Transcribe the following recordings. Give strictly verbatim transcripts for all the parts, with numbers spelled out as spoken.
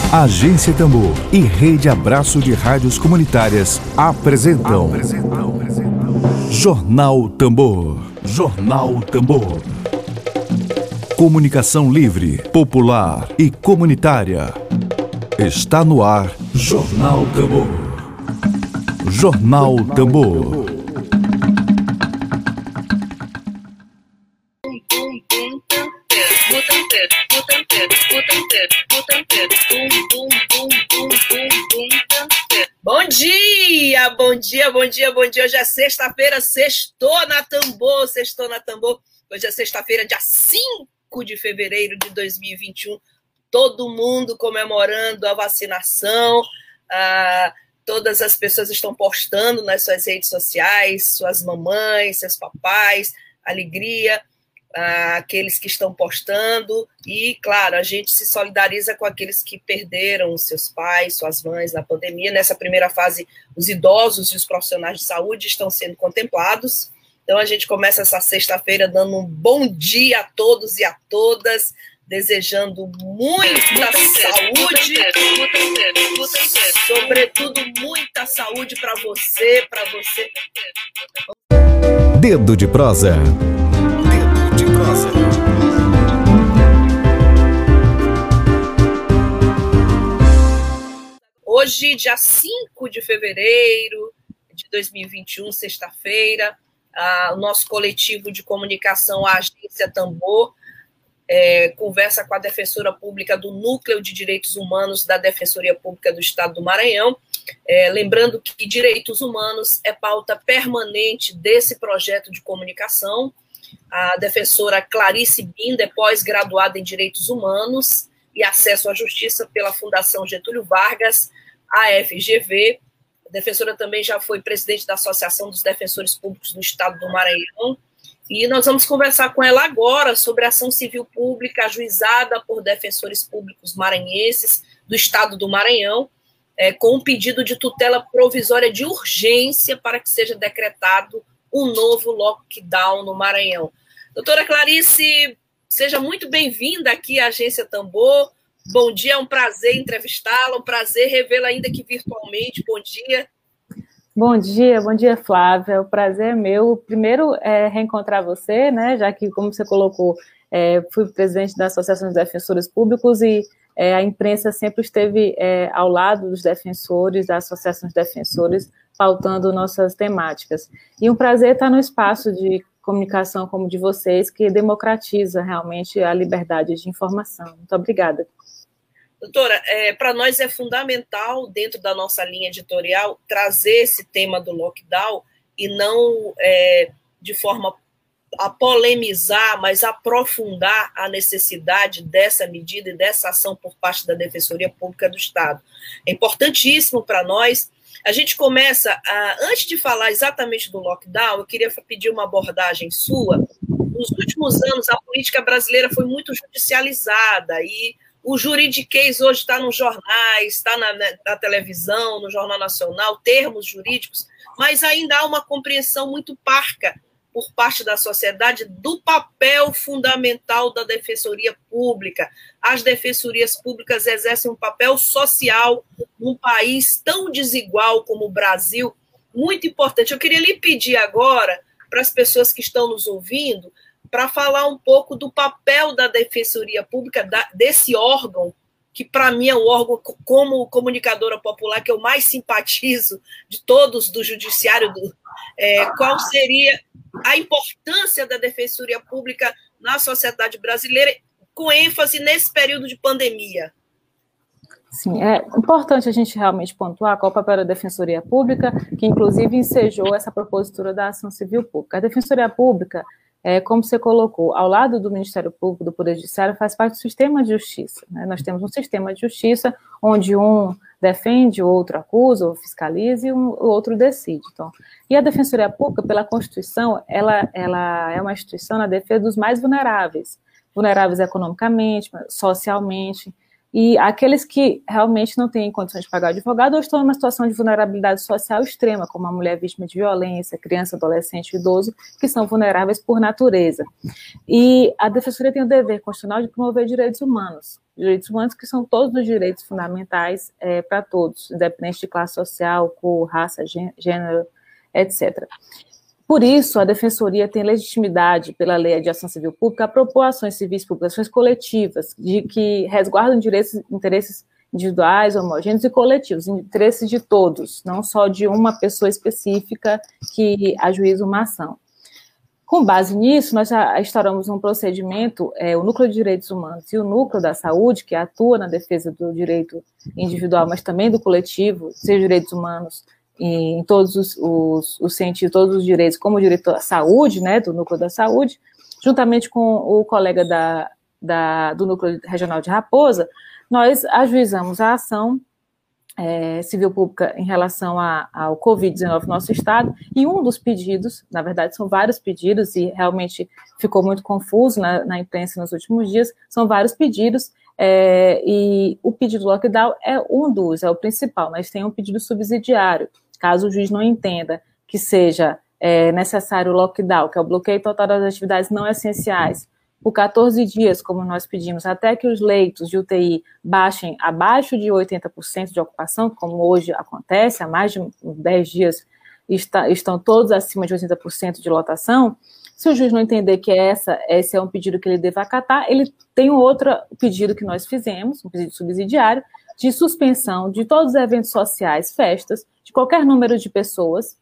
Agência Tambor e Rede Abraço de Rádios Comunitárias apresentam, apresentam, apresentam. Jornal Tambor. Jornal Tambor. Comunicação livre, popular e comunitária. Está no ar Jornal Tambor. Jornal Tambor. Bom dia, bom dia, bom dia, bom dia. Hoje é sexta-feira, sextou na Tambor, sextou na Tambor. Hoje é sexta-feira, dia cinco de fevereiro de dois mil e vinte e um. Todo mundo comemorando a vacinação. Ah, todas as pessoas estão postando nas suas redes sociais, suas mamães, seus papais, alegria. Ah, aqueles que estão postando e, claro, a gente se solidariza com aqueles que perderam seus pais, suas mães na pandemia. Nessa primeira fase, os idosos e os profissionais de saúde estão sendo contemplados. Então, a gente começa essa sexta-feira dando um bom dia a todos e a todas, desejando muita saúde, sobretudo muita saúde para você, para você. Dedo de prosa. Hoje, dia cinco de fevereiro de dois mil e vinte e um, sexta-feira, ah, o nosso coletivo de comunicação, a Agência Tambor, é, conversa com a defensora pública do Núcleo de Direitos Humanos da Defensoria Pública do Estado do Maranhão. É, lembrando que direitos humanos é pauta permanente desse projeto de comunicação. A defensora Clarice Binder é pós-graduada em Direitos Humanos e Acesso à Justiça pela Fundação Getúlio Vargas, a F G V. A defensora também já foi presidente da Associação dos Defensores Públicos do Estado do Maranhão. E nós vamos conversar com ela agora sobre a ação civil pública ajuizada por defensores públicos maranhenses do Estado do Maranhão, é, com um pedido de tutela provisória de urgência para que seja decretado um novo lockdown no Maranhão. Doutora Clarice, seja muito bem-vinda aqui à Agência Tambor. Bom dia, é um prazer entrevistá-la, um prazer revê-la ainda que virtualmente. Bom dia. Bom dia, bom dia, Flávia. O prazer é meu. Primeiro, é reencontrar você, né? Já que, como você colocou, é, fui presidente da Associação dos Defensores Públicos e é, a imprensa sempre esteve é, ao lado dos defensores, da Associação dos Defensores, pautando nossas temáticas. E um prazer estar no espaço de comunicação como o de vocês, que democratiza realmente a liberdade de informação. Muito obrigada. Doutora, é, para nós é fundamental, dentro da nossa linha editorial, trazer esse tema do lockdown e não é, de forma a polemizar, mas aprofundar a necessidade dessa medida e dessa ação por parte da Defensoria Pública do Estado. É importantíssimo para nós. A gente começa, a, antes de falar exatamente do lockdown, eu queria pedir uma abordagem sua. Nos últimos anos, a política brasileira foi muito judicializada e o juridiquês hoje está nos jornais, está na, na televisão, no Jornal Nacional, termos jurídicos, mas ainda há uma compreensão muito parca por parte da sociedade do papel fundamental da defensoria pública. As defensorias públicas exercem um papel social num país tão desigual como o Brasil, muito importante. Eu queria lhe pedir agora, para as pessoas que estão nos ouvindo, para falar um pouco do papel da defensoria pública, da, desse órgão, que para mim é o órgão, como comunicadora popular, que eu mais simpatizo de todos do judiciário, do, é, qual seria a importância da defensoria pública na sociedade brasileira, com ênfase nesse período de pandemia. Sim, é importante a gente realmente pontuar qual o papel da Defensoria Pública, que inclusive ensejou essa propositura da ação civil pública. A Defensoria Pública, é, como você colocou, ao lado do Ministério Público, do Poder Judiciário, faz parte do sistema de justiça, né? Nós temos um sistema de justiça onde um defende, o outro acusa, ou fiscaliza e um, o outro decide. Então, e a Defensoria Pública, pela Constituição, ela, ela é uma instituição na defesa dos mais vulneráveis, vulneráveis economicamente, socialmente. e aqueles que realmente não têm condições de pagar advogado ou estão em uma situação de vulnerabilidade social extrema, como a mulher vítima de violência, criança, adolescente, idoso, que são vulneráveis por natureza. E a Defensoria tem o dever constitucional de promover direitos humanos, direitos humanos que são todos os direitos fundamentais é, para todos, independente de classe social, cor, raça, gênero, etcétera. Por isso, a Defensoria tem legitimidade pela Lei de Ação Civil Pública a propor ações civis públicas, ações coletivas, de que resguardam direitos, interesses individuais, homogêneos e coletivos, interesses de todos, não só de uma pessoa específica que ajuiza uma ação. Com base nisso, nós já instauramos um procedimento, é, o Núcleo de Direitos Humanos e o Núcleo da Saúde, que atua na defesa do direito individual, mas também do coletivo, seja direitos humanos, em todos os, os, os sentidos, todos os direitos, como o direito à saúde, né, do Núcleo da Saúde, juntamente com o colega da, da, do Núcleo Regional de Raposa, nós ajuizamos a ação é, civil pública em relação a, ao covid dezenove no nosso estado, e um dos pedidos, na verdade são vários pedidos, e realmente ficou muito confuso na, na imprensa nos últimos dias, são vários pedidos, é, e o pedido do lockdown é um dos, é o principal, mas tem um pedido subsidiário, caso o juiz não entenda que seja é, necessário o lockdown, que é o bloqueio total das atividades não essenciais, por quatorze dias, como nós pedimos, até que os leitos de U T I baixem abaixo de oitenta por cento de ocupação, como hoje acontece, há mais de dez dias está, estão todos acima de oitenta por cento de lotação. Se o juiz não entender que essa, esse é um pedido que ele deva acatar, ele tem um outro pedido que nós fizemos, um pedido subsidiário, de suspensão de todos os eventos sociais, festas, de qualquer número de pessoas,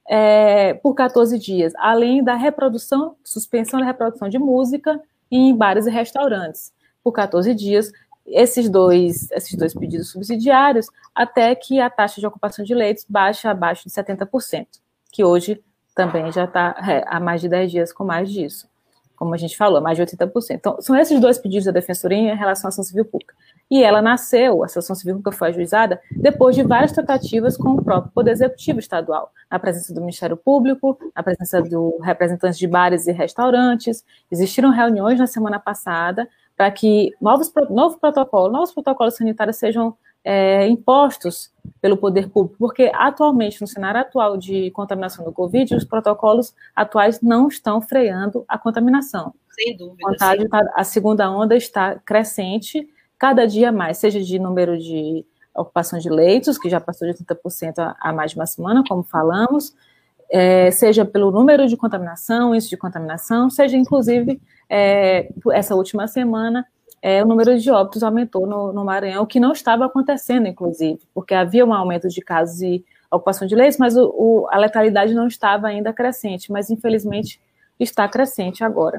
é, por quatorze dias, além da reprodução, suspensão da reprodução de música em bares e restaurantes, por quatorze dias, esses dois, esses dois pedidos subsidiários, até que a taxa de ocupação de leitos baixe abaixo de setenta por cento, que hoje também já está é, há mais de dez dias com mais disso, como a gente falou, mais de oitenta por cento. Então, são esses dois pedidos da Defensoria em relação à ação civil pública. E ela nasceu, essa ação civil pública foi ajuizada, depois de várias tratativas com o próprio Poder Executivo Estadual, na presença do Ministério Público, na presença do representantes de bares e restaurantes. Existiram reuniões na semana passada para que novos, novo protocolo, novos protocolos sanitários sejam é, impostos pelo Poder Público, porque atualmente, no cenário atual de contaminação do Covid, os protocolos atuais não estão freando a contaminação. Sem dúvida. A, contágio, a segunda onda está crescente, cada dia mais, seja de número de ocupação de leitos, que já passou de oitenta por cento há mais de uma semana, como falamos, é, seja pelo número de contaminação, índice de contaminação, seja, inclusive, é, essa última semana, é, o número de óbitos aumentou no, no Maranhão, o que não estava acontecendo, inclusive, porque havia um aumento de casos e ocupação de leitos, mas o, o, a letalidade não estava ainda crescente, mas, infelizmente, está crescente agora.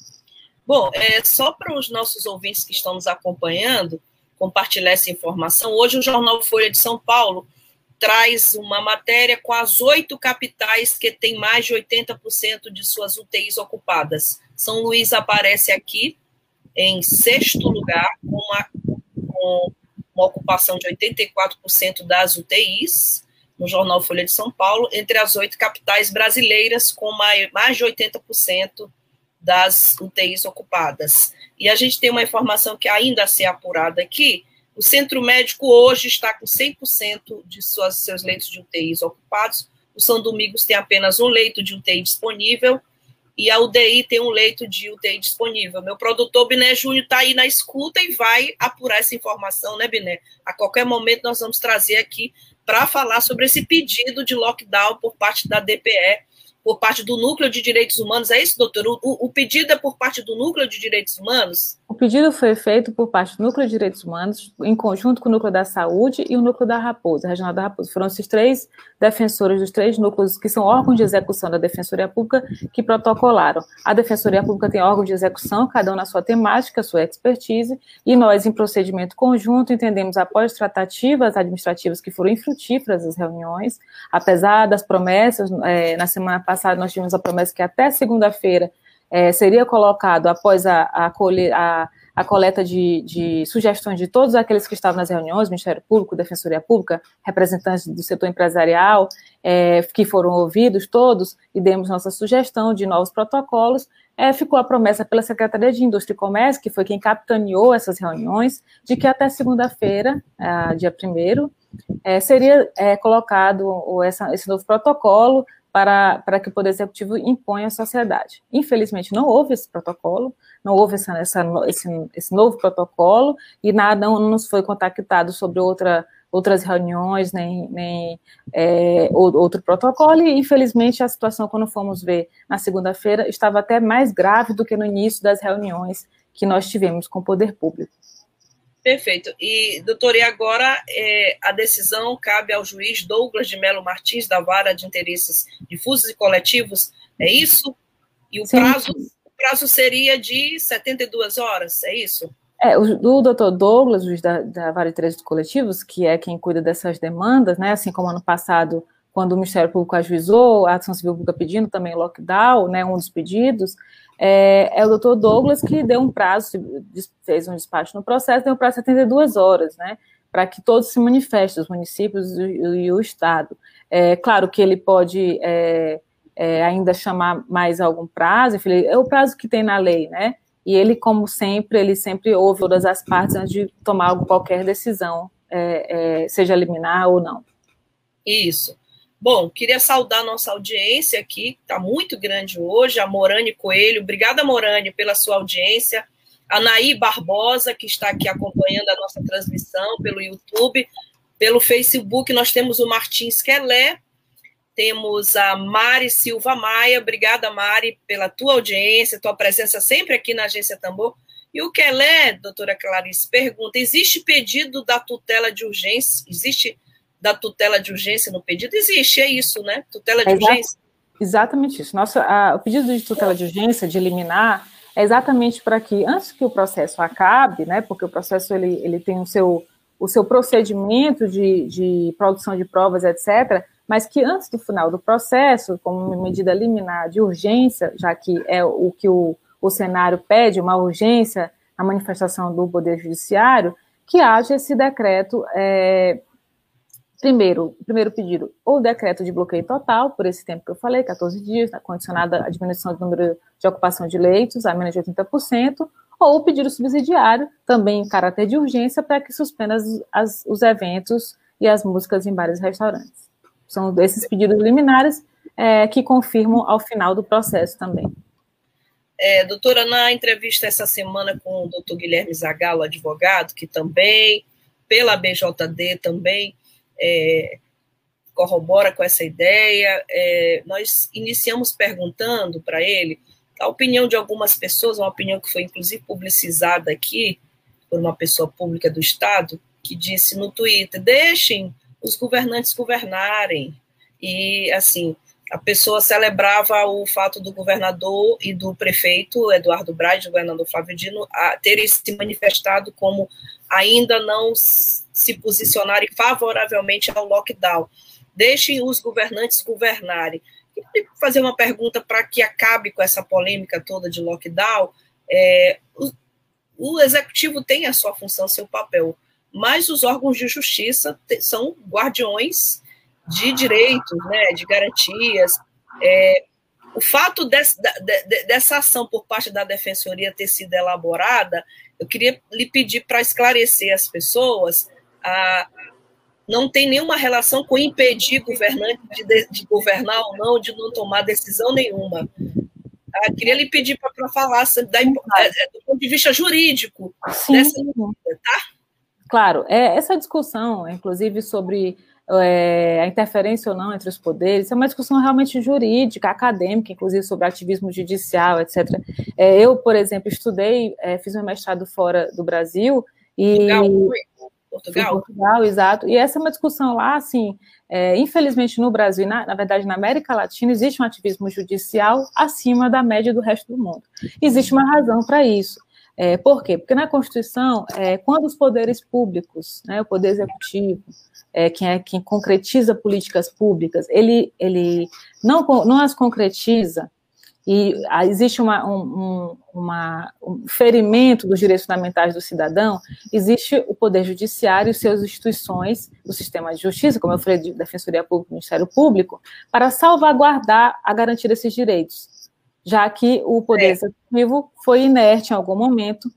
Bom, é, só para os nossos ouvintes que estão nos acompanhando, compartilhar essa informação, hoje o jornal Folha de São Paulo traz uma matéria com as oito capitais que têm mais de oitenta por cento de suas U T Is ocupadas. São Luís aparece aqui em sexto lugar, com uma, com uma ocupação de oitenta e quatro por cento das U T Is, no jornal Folha de São Paulo, entre as oito capitais brasileiras, com mais, mais de oitenta por cento das U T Is ocupadas. E a gente tem uma informação que ainda a ser apurada aqui, o Centro Médico hoje está com cem por cento de suas, seus leitos de U T Is ocupados, o São Domingos tem apenas um leito de U T I disponível, e a U D I tem um leito de U T I disponível. Meu produtor, Biné Júnior, está aí na escuta e vai apurar essa informação, né, Biné? A qualquer momento nós vamos trazer aqui para falar sobre esse pedido de lockdown por parte da D P E, por parte do Núcleo de Direitos Humanos. É isso, doutor? O, o pedido é por parte do Núcleo de Direitos Humanos? O pedido foi feito por parte do Núcleo de Direitos Humanos, em conjunto com o Núcleo da Saúde e o Núcleo da Raposa, a Regional da Raposa. Foram esses três defensores dos três núcleos, que são órgãos de execução da Defensoria Pública, que protocolaram. A Defensoria Pública tem órgão de execução, cada um na sua temática, sua expertise, e nós, em procedimento conjunto, entendemos, após tratativas administrativas que foram infrutíferas as reuniões, apesar das promessas, é, na semana passada nós tivemos a promessa que até segunda-feira É, seria colocado, após a, a, a, a coleta de, de sugestões de todos aqueles que estavam nas reuniões, Ministério Público, Defensoria Pública, representantes do setor empresarial, é, que foram ouvidos todos, e demos nossa sugestão de novos protocolos, é, ficou a promessa pela Secretaria de Indústria e Comércio, que foi quem capitaneou essas reuniões, de que até segunda-feira, é, dia primeiro, é, seria é, colocado o, essa, esse novo protocolo para, para que o Poder Executivo imponha à sociedade. Infelizmente, não houve esse protocolo, não houve essa, essa, esse, esse novo protocolo, e nada, não nos foi contactado sobre outra, outras reuniões, nem, nem é, outro protocolo, e infelizmente a situação, quando fomos ver na segunda-feira, estava até mais grave do que no início das reuniões que nós tivemos com o Poder Público. Perfeito. E, doutor, e agora é, a decisão cabe ao juiz Douglas de Melo Martins, da Vara de Interesses Difusos e Coletivos, é isso? E o prazo, o prazo seria de setenta e duas horas, é isso? É, o, o doutor Douglas, juiz da, da Vara de Interesses Coletivos, que é quem cuida dessas demandas, né, assim como ano passado, quando o Ministério Público ajuizou, a Ação Civil Pública pedindo também lockdown, né, um dos pedidos, é, é o doutor Douglas que deu um prazo, fez um despacho no processo, deu um prazo de setenta e duas horas, né, para que todos se manifestem, os municípios e, e o Estado. É claro que ele pode é, é, ainda chamar mais algum prazo, enfim, é o prazo que tem na lei, né, e ele, como sempre, ele sempre ouve todas as partes antes de tomar qualquer decisão, é, é, seja liminar ou não. Isso. Bom, queria saudar a nossa audiência aqui, está muito grande hoje, a Morane Coelho. Obrigada, Morane, pela sua audiência. A Naí Barbosa, que está aqui acompanhando a nossa transmissão pelo YouTube. Pelo Facebook, nós temos o Martins Quelé, temos a Mari Silva Maia. Obrigada, Mari, pela tua audiência, tua presença sempre aqui na Agência Tambor. E o Quelé, doutora Clarice, pergunta, existe pedido da tutela de urgência? Existe da tutela de urgência no pedido? Existe, é isso, né? Tutela de é urgência? Exatamente isso. Nossa, a, o pedido de tutela de urgência, de liminar, é exatamente para que, antes que o processo acabe, né, porque o processo ele, ele tem o seu, o seu procedimento de, de produção de provas, etcétera, mas que antes do final do processo, como medida liminar de urgência, já que é o que o, o cenário pede, uma urgência, a manifestação do Poder Judiciário, que haja esse decreto, é, primeiro, primeiro pedido, ou decreto de bloqueio total, por esse tempo que eu falei, quatorze dias, condicionada à diminuição do número de ocupação de leitos a menos de oitenta por cento, ou o pedido subsidiário, também em caráter de urgência, para que suspenda as, as, os eventos e as músicas em bares e restaurantes. São esses pedidos liminares é, que confirmam ao final do processo também. É, doutora, na entrevista essa semana com o doutor Guilherme Zagalo, advogado, que também, pela B J D, também é, corrobora com essa ideia, é, nós iniciamos perguntando para ele a opinião de algumas pessoas, uma opinião que foi inclusive publicizada aqui por uma pessoa pública do Estado, que disse no Twitter, deixem os governantes governarem. E, assim, a pessoa celebrava o fato do governador e do prefeito Eduardo Braide, do governador Flávio Dino, a terem se manifestado como ainda não se posicionarem favoravelmente ao lockdown. Deixem os governantes governarem. Queria fazer uma pergunta para que acabe com essa polêmica toda de lockdown. É, o, o executivo tem a sua função, seu papel, mas os órgãos de justiça te, são guardiões de direitos, né, de garantias. É, o fato desse, de, dessa ação por parte da Defensoria ter sido elaborada, eu queria lhe pedir para esclarecer as pessoas, a, não tem nenhuma relação com impedir governante de, de, de governar ou não, de não tomar decisão nenhuma. Ah, queria lhe pedir para falar da, do ponto de vista jurídico. Sim. Dessa dúvida, tá? Claro, é, essa discussão, inclusive, sobre é, a interferência ou não entre os poderes, é uma discussão realmente jurídica, acadêmica, inclusive sobre ativismo judicial, etcétera. É, eu, por exemplo, estudei, é, fiz um mestrado fora do Brasil e... Portugal, Portugal. Portugal, exato. E essa é uma discussão lá, assim, é, infelizmente no Brasil, na, na verdade na América Latina, existe um ativismo judicial acima da média do resto do mundo. Existe uma razão para isso. É, por quê? Porque na Constituição, é, quando os poderes públicos, né, o poder executivo, é, quem, é, quem concretiza políticas públicas, ele, ele não, não as concretiza, e existe uma, um, uma, um ferimento dos direitos fundamentais do cidadão, existe o Poder Judiciário e suas instituições, o sistema de justiça, como eu falei, de Defensoria Pública e Ministério Público, para salvaguardar a garantia desses direitos. já que o Poder é. Executivo foi inerte em algum momento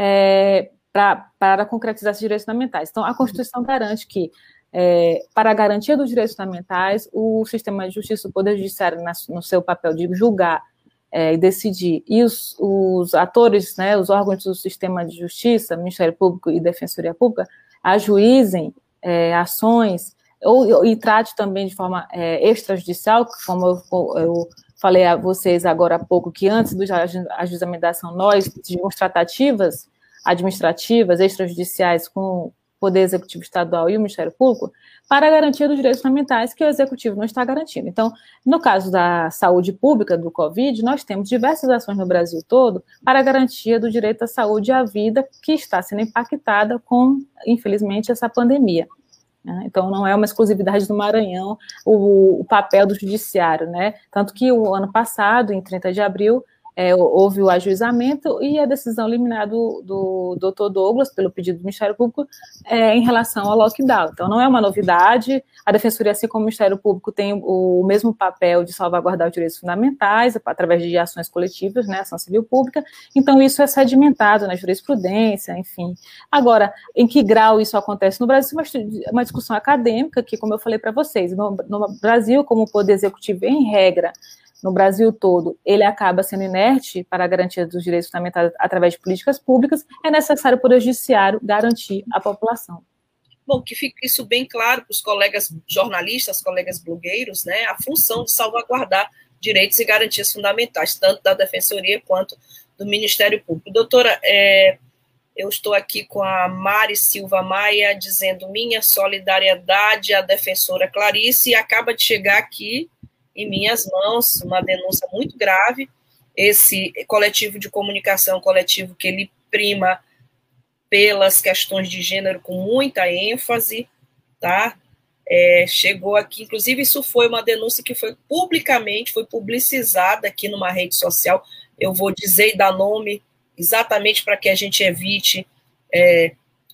é, pra, para concretizar esses direitos fundamentais. Então, a Constituição garante que, é, para a garantia dos direitos fundamentais, o sistema de justiça, o Poder Judiciário, na, no seu papel de julgar é, e decidir, e os, os atores, né, os órgãos do sistema de justiça, Ministério Público e Defensoria Pública, ajuizem é, ações ou, e trate também de forma é, extrajudicial, como eu, eu falei a vocês agora há pouco, que antes do ajuizamento da ação, nós tínhamos tratativas administrativas, extrajudiciais, com o Poder Executivo Estadual e o Ministério Público, para a garantia dos direitos fundamentais que o Executivo não está garantindo. Então, no caso da saúde pública, do Covid, nós temos diversas ações no Brasil todo para a garantia do direito à saúde e à vida, que está sendo impactada com, infelizmente, essa pandemia. Então, não é uma exclusividade do Maranhão o, o papel do judiciário, né? Tanto que o ano passado, em trinta de abril, é, houve o ajuizamento e a decisão liminar do, do doutor Douglas, pelo pedido do Ministério Público, é, em relação ao lockdown. Então, não é uma novidade. A Defensoria, assim como o Ministério Público, tem o, o mesmo papel de salvaguardar os direitos fundamentais, através de ações coletivas, né, ação civil pública. Então, isso é sedimentado na jurisprudência, enfim. Agora, em que grau isso acontece no Brasil? É uma discussão acadêmica, que, como eu falei para vocês, no, no Brasil, como o Poder Executivo, em regra, no Brasil todo, ele acaba sendo inerte para a garantia dos direitos fundamentais através de políticas públicas, é necessário o Poder Judiciário garantir a população. Bom, que fique isso bem claro para os colegas jornalistas, colegas blogueiros, né, a função de salvaguardar direitos e garantias fundamentais, tanto da Defensoria quanto do Ministério Público. Doutora, é, eu estou aqui com a Mari Silva Maia, dizendo minha solidariedade à defensora Clarice, e acaba de chegar aqui em minhas mãos, uma denúncia muito grave. Esse coletivo de comunicação, coletivo que ele prima pelas questões de gênero com muita ênfase, tá? É, chegou aqui, inclusive isso foi uma denúncia que foi publicamente, foi publicizada aqui numa rede social, eu vou dizer e dar nome exatamente para que a gente evite, é,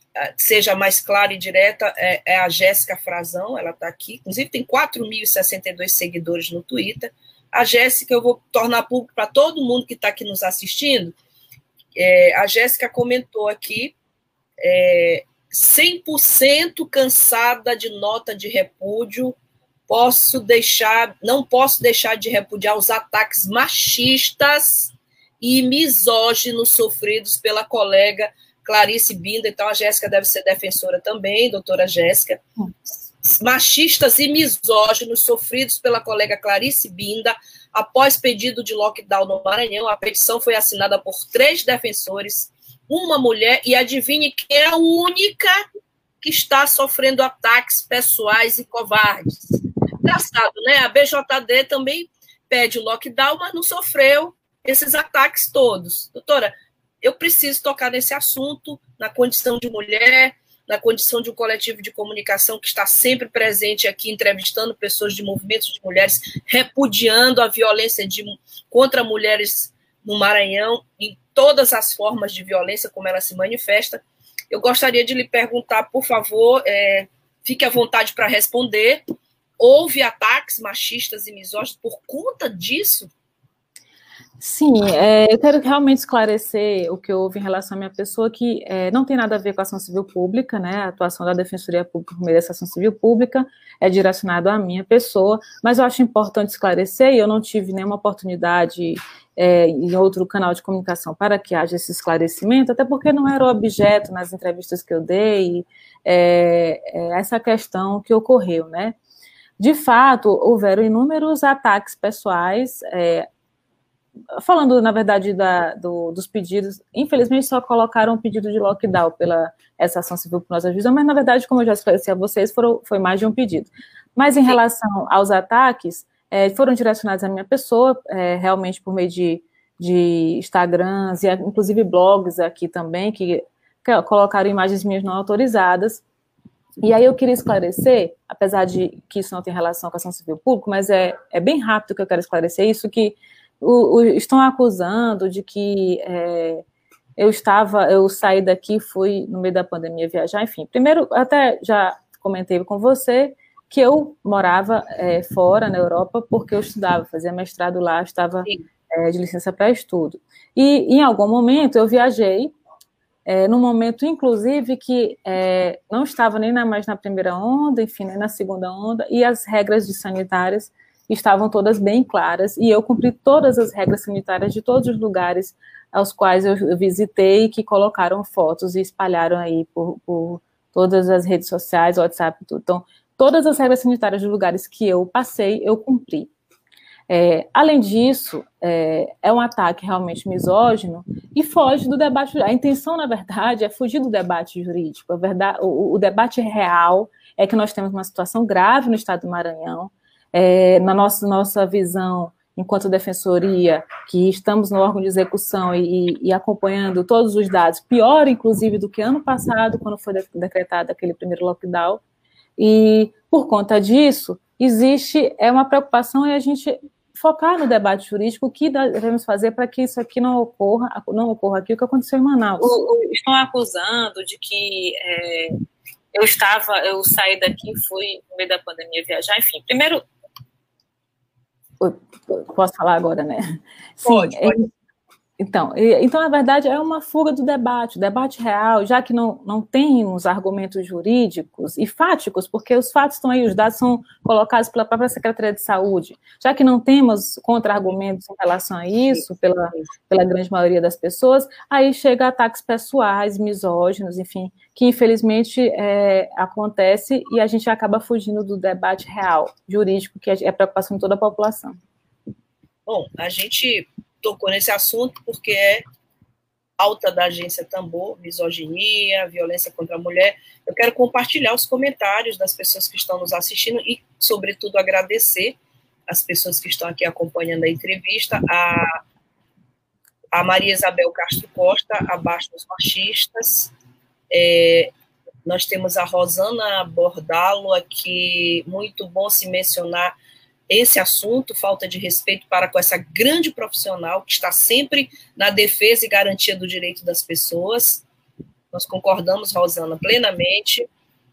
seja mais clara e direta, é, é a Jéssica Frazão, ela está aqui, inclusive tem quatro mil e sessenta e dois seguidores no Twitter. A Jéssica, eu vou tornar público para todo mundo que está aqui nos assistindo, é, a Jéssica comentou aqui, é, cem por cento cansada de nota de repúdio, posso deixar, não posso deixar de repudiar os ataques machistas e misóginos sofridos pela colega Clarice Binda. Então a Jéssica deve ser defensora também, doutora Jéssica. Machistas e misóginos sofridos pela colega Clarice Binda após pedido de lockdown no Maranhão. A petição foi assinada por três defensores, uma mulher, e adivinhe quem é a única que está sofrendo ataques pessoais e covardes. Engraçado, né? A B J D também pede o lockdown, mas não sofreu esses ataques todos. Doutora, eu preciso tocar nesse assunto, na condição de mulher, na condição de um coletivo de comunicação que está sempre presente aqui, entrevistando pessoas de movimentos de mulheres, repudiando a violência de, contra mulheres no Maranhão, em todas as formas de violência como ela se manifesta. Eu gostaria de lhe perguntar, por favor, é, fique à vontade para responder, houve ataques machistas e misóginos por conta disso? Sim, é, eu quero realmente esclarecer o que houve em relação à minha pessoa, que é, não tem nada a ver com a ação civil pública, né? A atuação da Defensoria Pública por meio dessa ação civil pública é direcionado à minha pessoa, mas eu acho importante esclarecer, e eu não tive nenhuma oportunidade é, em outro canal de comunicação para que haja esse esclarecimento, até porque não era o objeto nas entrevistas que eu dei, é, é essa questão que ocorreu, né? De fato, houveram inúmeros ataques pessoais, é, falando, na verdade, da, do, dos pedidos, infelizmente só colocaram o pedido de lockdown pela essa ação civil que nós ajudamos, mas, na verdade, como eu já esclareci a vocês, foram, foi mais de um pedido. Mas, em relação aos ataques, é, foram direcionados à minha pessoa, é, realmente por meio de, de Instagrams, e inclusive blogs aqui também, que, que colocaram imagens minhas não autorizadas. E aí eu queria esclarecer, apesar de que isso não tem relação com a ação civil pública, mas é, é bem rápido que eu quero esclarecer isso, que O, o, estão acusando de que é, eu estava, eu saí daqui, fui no meio da pandemia viajar, enfim. Primeiro, até já comentei com você que eu morava é, fora, na Europa, porque eu estudava, fazia mestrado lá, estava é, de licença para estudo. E, em algum momento, eu viajei, é, no momento, inclusive, que é, não estava nem na, mais na primeira onda, enfim, nem na segunda onda, e as regras de sanitárias estavam todas bem claras, e eu cumpri todas as regras sanitárias de todos os lugares aos quais eu visitei, que colocaram fotos e espalharam aí por, por todas as redes sociais, WhatsApp, tudo. Então, todas as regras sanitárias dos lugares que eu passei, eu cumpri. É, além disso, é, é um ataque realmente misógino e foge do debate. A intenção, na verdade, é fugir do debate jurídico. A verdade, o, o debate real é que nós temos uma situação grave no estado do Maranhão. É, na nossa, nossa visão, enquanto defensoria, que estamos no órgão de execução e, e acompanhando todos os dados, pior, inclusive, do que ano passado, quando foi decretado aquele primeiro lockdown. E, por conta disso, existe é uma preocupação em a gente focar no debate jurídico, o que devemos fazer para que isso aqui não ocorra, não ocorra aqui o que aconteceu em Manaus. O, o, estão acusando de que é, eu estava, eu saí daqui, fui no meio da pandemia viajar, enfim, primeiro... Posso falar agora, né? Sim, pode, pode. Então, então, na verdade, é uma fuga do debate, o debate real, já que não, não temos argumentos jurídicos e fáticos, porque os fatos estão aí, os dados são colocados pela própria Secretaria de Saúde, já que não temos contra-argumentos em relação a isso, pela, pela grande maioria das pessoas, aí chega ataques pessoais, misóginos, enfim, que infelizmente é, acontece e a gente acaba fugindo do debate real, jurídico, que é a preocupação de toda a população. Bom, a gente tocou nesse assunto porque é pauta da Agência Tambor, misoginia, violência contra a mulher. Eu quero compartilhar os comentários das pessoas que estão nos assistindo e, sobretudo, agradecer as pessoas que estão aqui acompanhando a entrevista, a, a Maria Isabel Castro Costa, abaixo dos machistas, é, nós temos a Rosana Bordalo aqui, muito bom se mencionar esse assunto, falta de respeito para com essa grande profissional que está sempre na defesa e garantia do direito das pessoas. Nós concordamos, Rosana, plenamente.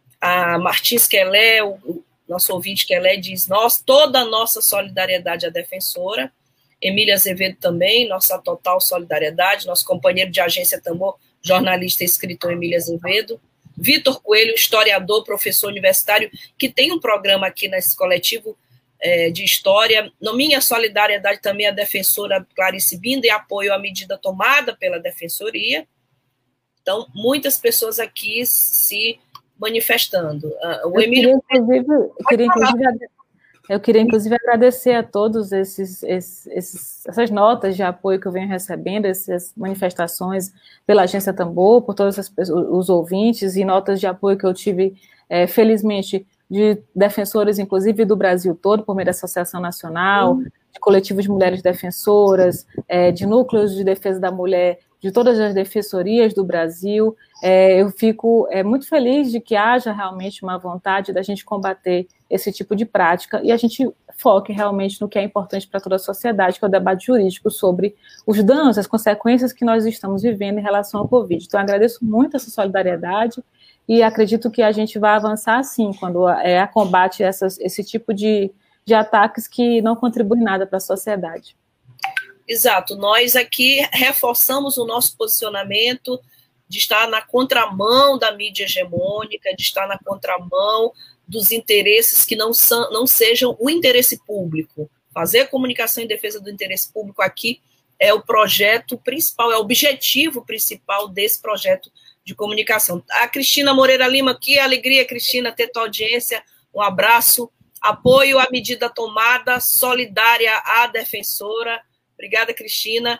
A Martins Quelé, o nosso ouvinte Quelé, diz, nós, toda a nossa solidariedade à defensora. Emília Azevedo também, nossa total solidariedade. Nosso companheiro de Agência Tambor, jornalista e escritor Emília Azevedo. Vitor Coelho, historiador, professor universitário, que tem um programa aqui nesse coletivo de história. Na minha solidariedade também a defensora Clarice Binda e apoio à medida tomada pela defensoria. Então, muitas pessoas aqui se manifestando. O eu, Emílio... queria, inclusive, eu, queria, inclusive, eu queria, inclusive, agradecer a todos esses, esses, esses, essas notas de apoio que eu venho recebendo, essas manifestações pela Agência Tambor, por todos as, os ouvintes, e notas de apoio que eu tive, é, felizmente, de defensores, inclusive, do Brasil todo, por meio da Associação Nacional, uhum. de coletivos de mulheres defensoras, é, de núcleos de defesa da mulher, de todas as defensorias do Brasil. É, eu fico é, muito feliz de que haja realmente uma vontade da gente combater esse tipo de prática e a gente foque realmente no que é importante para toda a sociedade, que é o debate jurídico sobre os danos, as consequências que nós estamos vivendo em relação ao Covid. Então, eu agradeço muito essa solidariedade e acredito que a gente vai avançar assim, quando é a combate essas, esse tipo de, de ataques que não contribuem nada para a sociedade. Exato, nós aqui reforçamos o nosso posicionamento de estar na contramão da mídia hegemônica, de estar na contramão dos interesses que não, são, não sejam o interesse público. Fazer comunicação em defesa do interesse público aqui é o projeto principal, é o objetivo principal desse projeto de comunicação. A Cristina Moreira Lima, que alegria, Cristina, ter tua audiência, um abraço, apoio à medida tomada, solidária à defensora, obrigada, Cristina.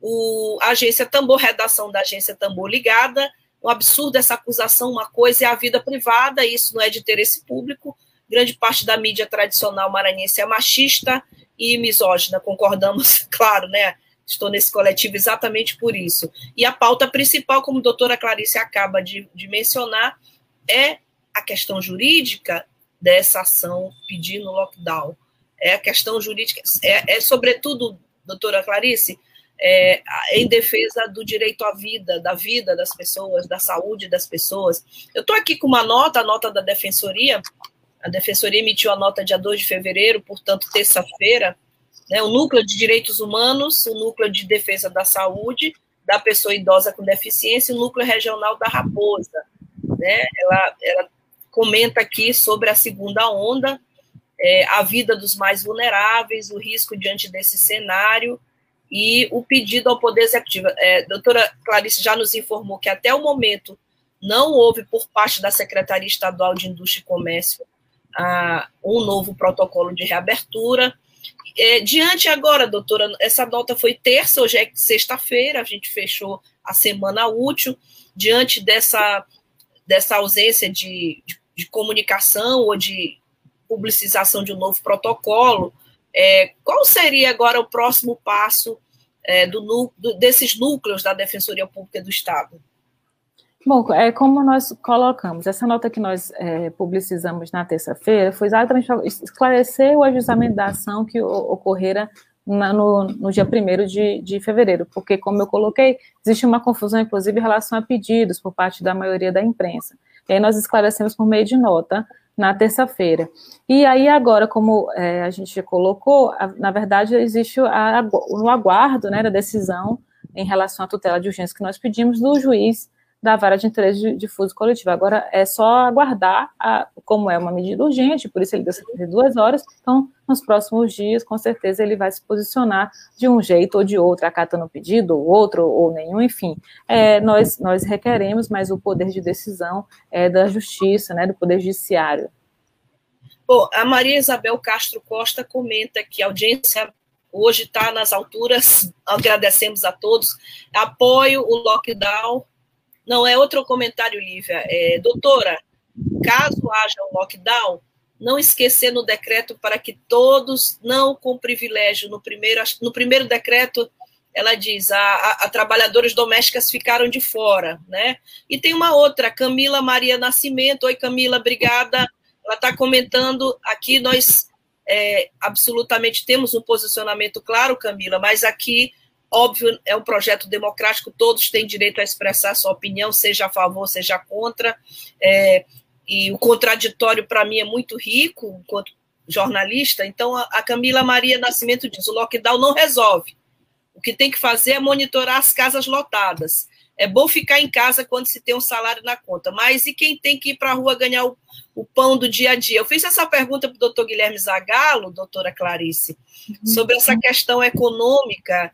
O, a Agência Tambor, redação da Agência Tambor ligada, um absurdo essa acusação, uma coisa é a vida privada, isso não é de interesse público, grande parte da mídia tradicional maranhense é machista e misógina, concordamos, claro, né? Estou nesse coletivo exatamente por isso. E a pauta principal, como a doutora Clarice acaba de, de mencionar, é a questão jurídica dessa ação pedindo lockdown. É a questão jurídica, é, é sobretudo, doutora Clarice, é, em defesa do direito à vida, da vida das pessoas, da saúde das pessoas. Eu estou aqui com uma nota, a nota da Defensoria, a Defensoria emitiu a nota dia dois de fevereiro, portanto, terça-feira, né, o Núcleo de Direitos Humanos, o Núcleo de Defesa da Saúde da Pessoa Idosa com Deficiência e o Núcleo Regional da Raposa. Né? Ela, ela comenta aqui sobre a segunda onda, é, a vida dos mais vulneráveis, o risco diante desse cenário e o pedido ao Poder Executivo. É, a doutora Clarice já nos informou que até o momento não houve por parte da Secretaria Estadual de Indústria e Comércio ah, um novo protocolo de reabertura. É, diante agora, doutora, essa nota foi terça, hoje é sexta-feira, a gente fechou a semana útil, diante dessa, dessa ausência de, de, de comunicação ou de publicização de um novo protocolo, é, qual seria agora o próximo passo é, do, do, desses núcleos da Defensoria Pública do Estado? Bom, é como nós colocamos, essa nota que nós é, publicizamos na terça-feira foi exatamente para esclarecer o ajustamento da ação que ocorrera na, no, no dia primeiro de, de fevereiro, porque, como eu coloquei, existe uma confusão, inclusive, em relação a pedidos por parte da maioria da imprensa. E aí nós esclarecemos por meio de nota na terça-feira. E aí agora, como é, a gente colocou, a, na verdade, existe a, a, o aguardo, né, da decisão em relação à tutela de urgência que nós pedimos do juiz da vara de interesse difuso coletivo. Agora é só aguardar, a, como é uma medida urgente, por isso ele deu setenta e duas horas, então nos próximos dias, com certeza, ele vai se posicionar de um jeito ou de outro, acatando o pedido, ou outro, ou nenhum, enfim. É, nós, nós requeremos, mas o poder de decisão é da justiça, né, do poder judiciário. Bom, a Maria Isabel Castro Costa comenta que a audiência hoje está nas alturas, agradecemos a todos, apoio o lockdown. Não, é outro comentário, Lívia. É, doutora, caso haja um lockdown, não esquecer no decreto para que todos, não com privilégio, no primeiro, no primeiro decreto, ela diz, a, a, a trabalhadoras domésticas ficaram de fora, né? E tem uma outra, Camila Maria Nascimento. Oi, Camila, obrigada. Ela está comentando aqui, nós é, absolutamente temos um posicionamento claro, Camila, mas aqui... Óbvio, é um projeto democrático, todos têm direito a expressar sua opinião, seja a favor, seja contra, é, e o contraditório, para mim, é muito rico, enquanto jornalista. Então, a, a Camila Maria Nascimento diz, o lockdown não resolve, o que tem que fazer é monitorar as casas lotadas. É bom ficar em casa quando se tem um salário na conta, mas e quem tem que ir para a rua ganhar o, o pão do dia a dia? Eu fiz essa pergunta para o doutor Guilherme Zagalo, doutora Clarice, sobre essa questão econômica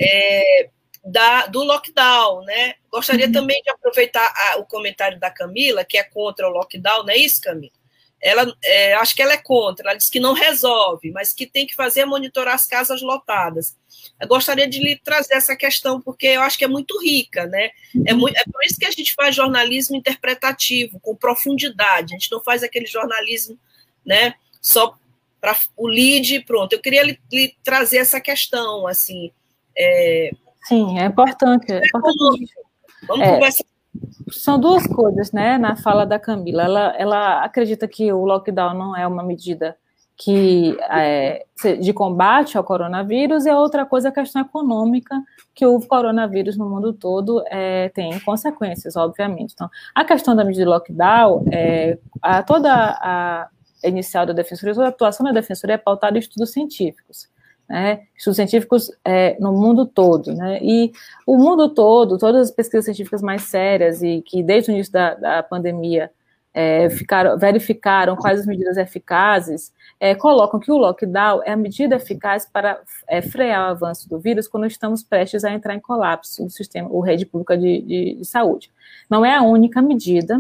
é, da, do lockdown, né? Gostaria também de aproveitar a, o comentário da Camila, que é contra o lockdown, não é isso, Camila? Ela, é, acho que ela é contra, ela diz que não resolve, mas que tem que fazer é monitorar as casas lotadas. Eu gostaria de lhe trazer essa questão, porque eu acho que é muito rica, né? É, muito, é por isso que a gente faz jornalismo interpretativo, com profundidade, a gente não faz aquele jornalismo, né, só para o lead e pronto. Eu queria lhe, lhe trazer essa questão, assim... É... Sim, é importante. É importante. Vamos é, conversar. São duas coisas, né, na fala da Camila. Ela, ela acredita que o lockdown não é uma medida que, é, de combate ao coronavírus, e a outra coisa é a questão econômica, que o coronavírus no mundo todo é, tem consequências, obviamente. Então, a questão da medida de lockdown, é, a, toda a inicial da Defensoria, toda a atuação da Defensoria é pautada em estudos científicos, né, estudos científicos é, no mundo todo, né, e o mundo todo, todas as pesquisas científicas mais sérias e que desde o início da, da pandemia é, ficaram, verificaram quais as medidas eficazes, é, colocam que o lockdown é a medida eficaz para é, frear o avanço do vírus quando estamos prestes a entrar em colapso do sistema, o rede pública de, de, de saúde. Não é a única medida,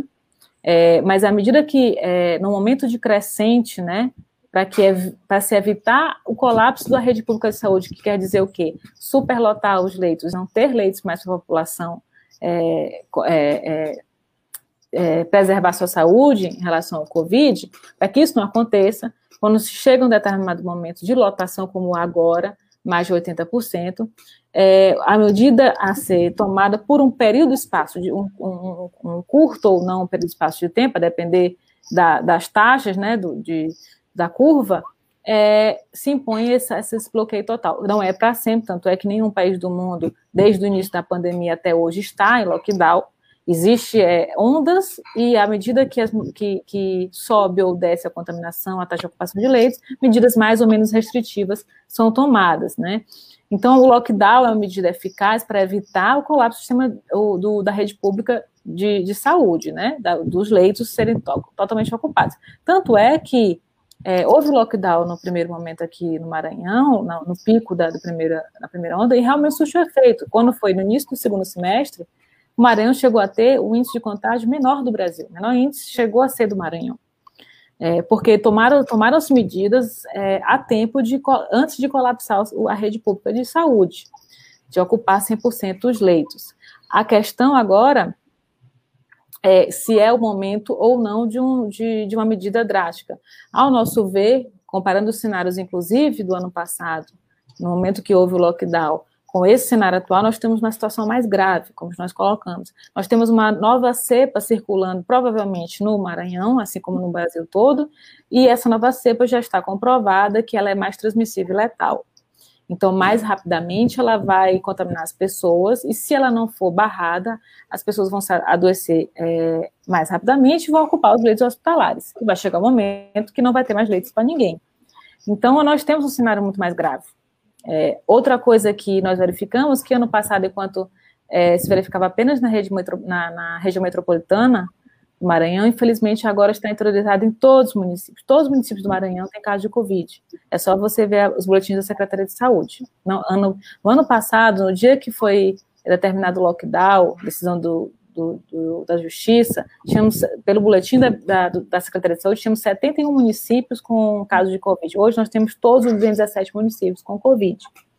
é, mas a medida que, é, no momento de crescente, né, para que para se evitar o colapso da rede pública de saúde, que quer dizer o quê? Superlotar os leitos, não ter leitos mais para a população, é, é, é, preservar sua saúde em relação ao Covid, para que isso não aconteça, quando chega um determinado momento de lotação, como agora, mais de oitenta por cento, é, a medida a ser tomada por um período de espaço, de um, um, um curto ou não um período de espaço de tempo, a depender da, das taxas, né, do, de, da curva, é, se impõe esse, esse bloqueio total. Não é para sempre, tanto é que nenhum país do mundo, desde o início da pandemia até hoje, está em lockdown, Existem é, ondas, e à medida que, as, que, que sobe ou desce a contaminação, a taxa de ocupação de leitos, medidas mais ou menos restritivas são tomadas, né? Então, o lockdown é uma medida eficaz para evitar o colapso do sistema o, do, da rede pública de, de saúde, né? Da, dos leitos serem to, totalmente ocupados. Tanto é que é, houve lockdown no primeiro momento aqui no Maranhão, no, no pico da, da, primeira, da primeira onda, e realmente surtiu efeito. Quando foi no início do segundo semestre, o Maranhão chegou a ter o índice de contágio menor do Brasil. O menor índice chegou a ser do Maranhão. É, porque tomaram, tomaram-se medidas é, a tempo de, antes de colapsar a rede pública de saúde, de ocupar cem por cento os leitos. A questão agora é se é o momento ou não de, um, de, de uma medida drástica. Ao nosso ver, comparando os cenários, inclusive, do ano passado, no momento que houve o lockdown, com esse cenário atual, nós temos uma situação mais grave, como nós colocamos. Nós temos uma nova cepa circulando, provavelmente, no Maranhão, assim como no Brasil todo, e essa nova cepa já está comprovada que ela é mais transmissível e letal. Então, mais rapidamente, ela vai contaminar as pessoas, e se ela não for barrada, as pessoas vão adoecer é, mais rapidamente e vão ocupar os leitos hospitalares. E vai chegar um momento que não vai ter mais leitos para ninguém. Então, nós temos um cenário muito mais grave. É, outra coisa que nós verificamos, que ano passado, enquanto é, se verificava apenas na, rede metro, na, na região metropolitana do Maranhão, infelizmente agora está introduzado em todos os municípios. Todos os municípios do Maranhão têm caso de Covid. É só você ver os boletins da Secretaria de Saúde. No ano, no ano passado, no dia que foi determinado o lockdown, decisão do, do, do, da Justiça, tínhamos, pelo boletim da, da, da Secretaria de Saúde, tínhamos setenta e um municípios com casos de Covid. Hoje nós temos todos os duzentos e dezessete municípios com Covid.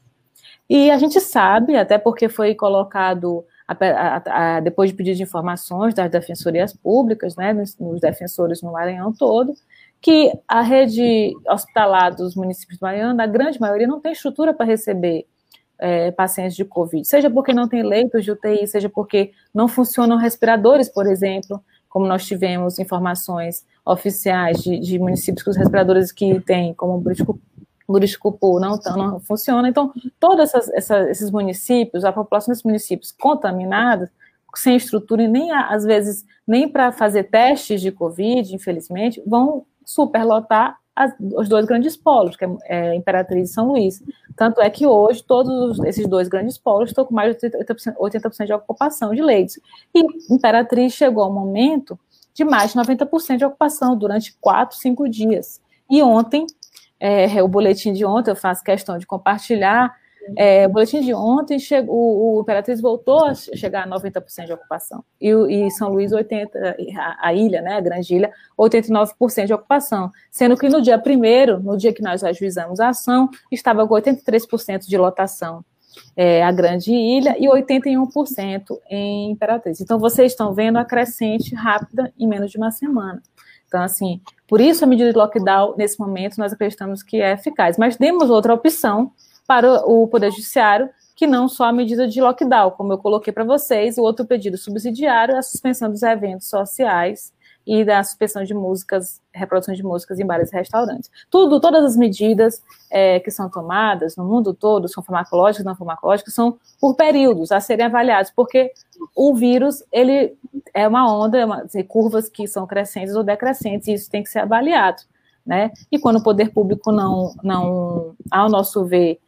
E a gente sabe, até porque foi colocado, a, a, a, depois de pedido de informações das defensorias públicas, né, nos, nos defensores no Maranhão todo, que a rede hospitalar dos municípios do Maranhão, na grande maioria, não tem estrutura para receber É, pacientes de Covid, seja porque não tem leitos de U T I, seja porque não funcionam respiradores, por exemplo, como nós tivemos informações oficiais de, de municípios que os respiradores que tem, como Buriticupu, não, não funcionam. Então, todos essas, essa, esses municípios, a população desses municípios contaminados, sem estrutura e nem, às vezes, nem para fazer testes de Covid, infelizmente, vão superlotar As, os dois grandes polos, que é, é Imperatriz e São Luís. Tanto é que hoje todos esses dois grandes polos estão com mais de oitenta por cento de ocupação de leitos. E Imperatriz chegou ao momento de mais de noventa por cento de ocupação durante quatro, cinco dias. E ontem, é, o boletim de ontem, eu faço questão de compartilhar, é, o boletim de ontem, chegou, o, o Imperatriz voltou a chegar a noventa por cento de ocupação, e, e São Luís, oitenta por cento, a, a ilha, né, a grande ilha, oitenta e nove por cento de ocupação, sendo que no dia primeiro, no dia que nós ajuizamos a ação, estava com oitenta e três por cento de lotação, é, a grande ilha, e oitenta e um por cento em Imperatriz. Então, vocês estão vendo a crescente rápida em menos de uma semana. Então, assim, por isso a medida de lockdown, nesse momento, nós acreditamos que é eficaz, mas demos outra opção para o Poder Judiciário, que não só a medida de lockdown, como eu coloquei para vocês, o outro pedido subsidiário é a suspensão dos eventos sociais e da suspensão de músicas, reprodução de músicas em bares e restaurantes. Tudo, todas as medidas é, que são tomadas no mundo todo, são farmacológicas, não farmacológicas, são por períodos a serem avaliados, porque o vírus, ele é uma onda, é uma, assim, curvas que são crescentes ou decrescentes, e isso tem que ser avaliado, né? E quando o poder público não, não ao nosso ver,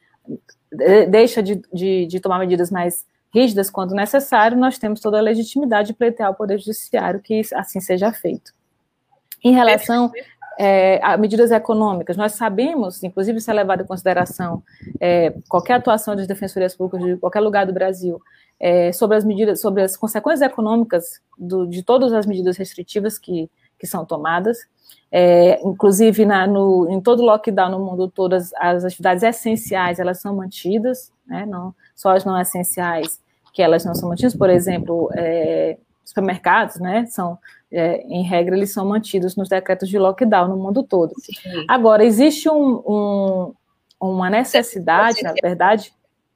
deixa de, de, de tomar medidas mais rígidas quando necessário, nós temos toda a legitimidade de pleitear ao Poder Judiciário que assim seja feito. Em relação é, a medidas econômicas, nós sabemos, inclusive isso é levado em consideração, é, qualquer atuação das defensorias públicas de qualquer lugar do Brasil, é, sobre as medidas, sobre as consequências econômicas do, de todas as medidas restritivas que, que são tomadas. É, inclusive na, no, em todo lockdown no mundo, todas as atividades essenciais elas são mantidas, né, não, só as não essenciais que elas não são mantidas, por exemplo, é, supermercados, né, são, é, em regra, eles são mantidos nos decretos de lockdown no mundo todo. Sim. Agora, existe um, um, uma necessidade, na verdade...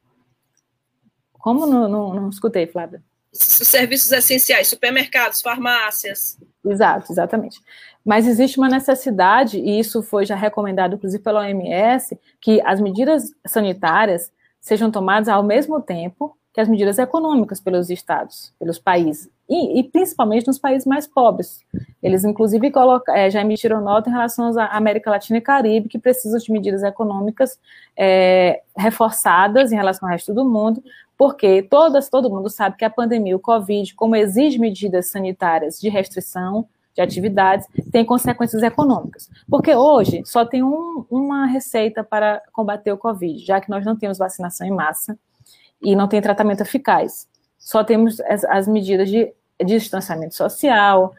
Como não, não, não escutei, Flávia? Serviços essenciais, supermercados, farmácias. Exato, exatamente. Mas existe uma necessidade, e isso foi já recomendado, inclusive, pela O M S, que as medidas sanitárias sejam tomadas ao mesmo tempo que as medidas econômicas pelos estados, pelos países, e, e principalmente nos países mais pobres. Eles, inclusive, coloca, é, já emitiram nota em relação à América Latina e Caribe, que precisam de medidas econômicas é, reforçadas em relação ao resto do mundo, porque todas, todo mundo sabe que a pandemia, o Covid, como exige medidas sanitárias de restrição de atividades, tem consequências econômicas. Porque hoje só tem um, uma receita para combater o Covid, já que nós não temos vacinação em massa, e não tem tratamento eficaz. Só temos as, as medidas de, de distanciamento social,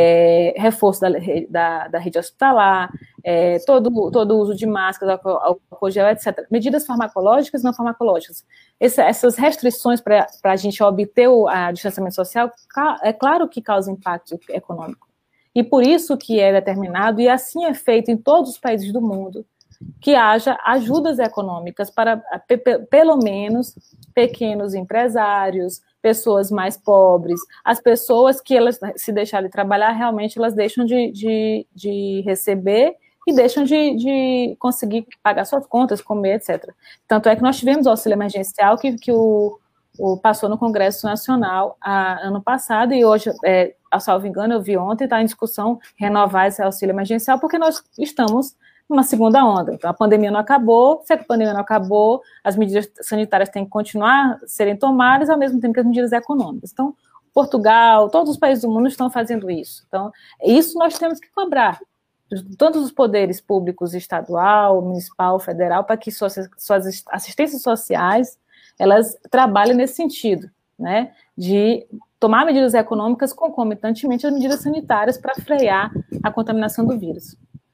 é, reforço da, da, da rede hospitalar, é, todo, todo o uso de máscaras, álcool gel, etcétera. Medidas farmacológicas e não farmacológicas. Esse, essas restrições para a gente obter o a distanciamento social, é claro que causa impacto econômico. E por isso que é determinado, e assim é feito em todos os países do mundo, que haja ajudas econômicas para, pelo menos, pequenos empresários, pessoas mais pobres, as pessoas que elas se deixarem de trabalhar, realmente elas deixam de, de, de receber e deixam de, de conseguir pagar suas contas, comer, etcétera. Tanto é que nós tivemos o auxílio emergencial que, que o, o passou no Congresso Nacional a, ano passado, e hoje, é, a salvo engano, eu vi ontem, está em discussão renovar esse auxílio emergencial, porque nós estamos uma segunda onda. Então, a pandemia não acabou, se a pandemia não acabou, as medidas sanitárias têm que continuar a serem tomadas, ao mesmo tempo que as medidas econômicas. Então, Portugal, todos os países do mundo estão fazendo isso. Então, isso nós temos que cobrar, todos os poderes públicos, estadual, municipal, federal, para que suas, suas assistências sociais, elas trabalhem nesse sentido, né, de tomar medidas econômicas concomitantemente às medidas sanitárias para frear a contaminação do vírus.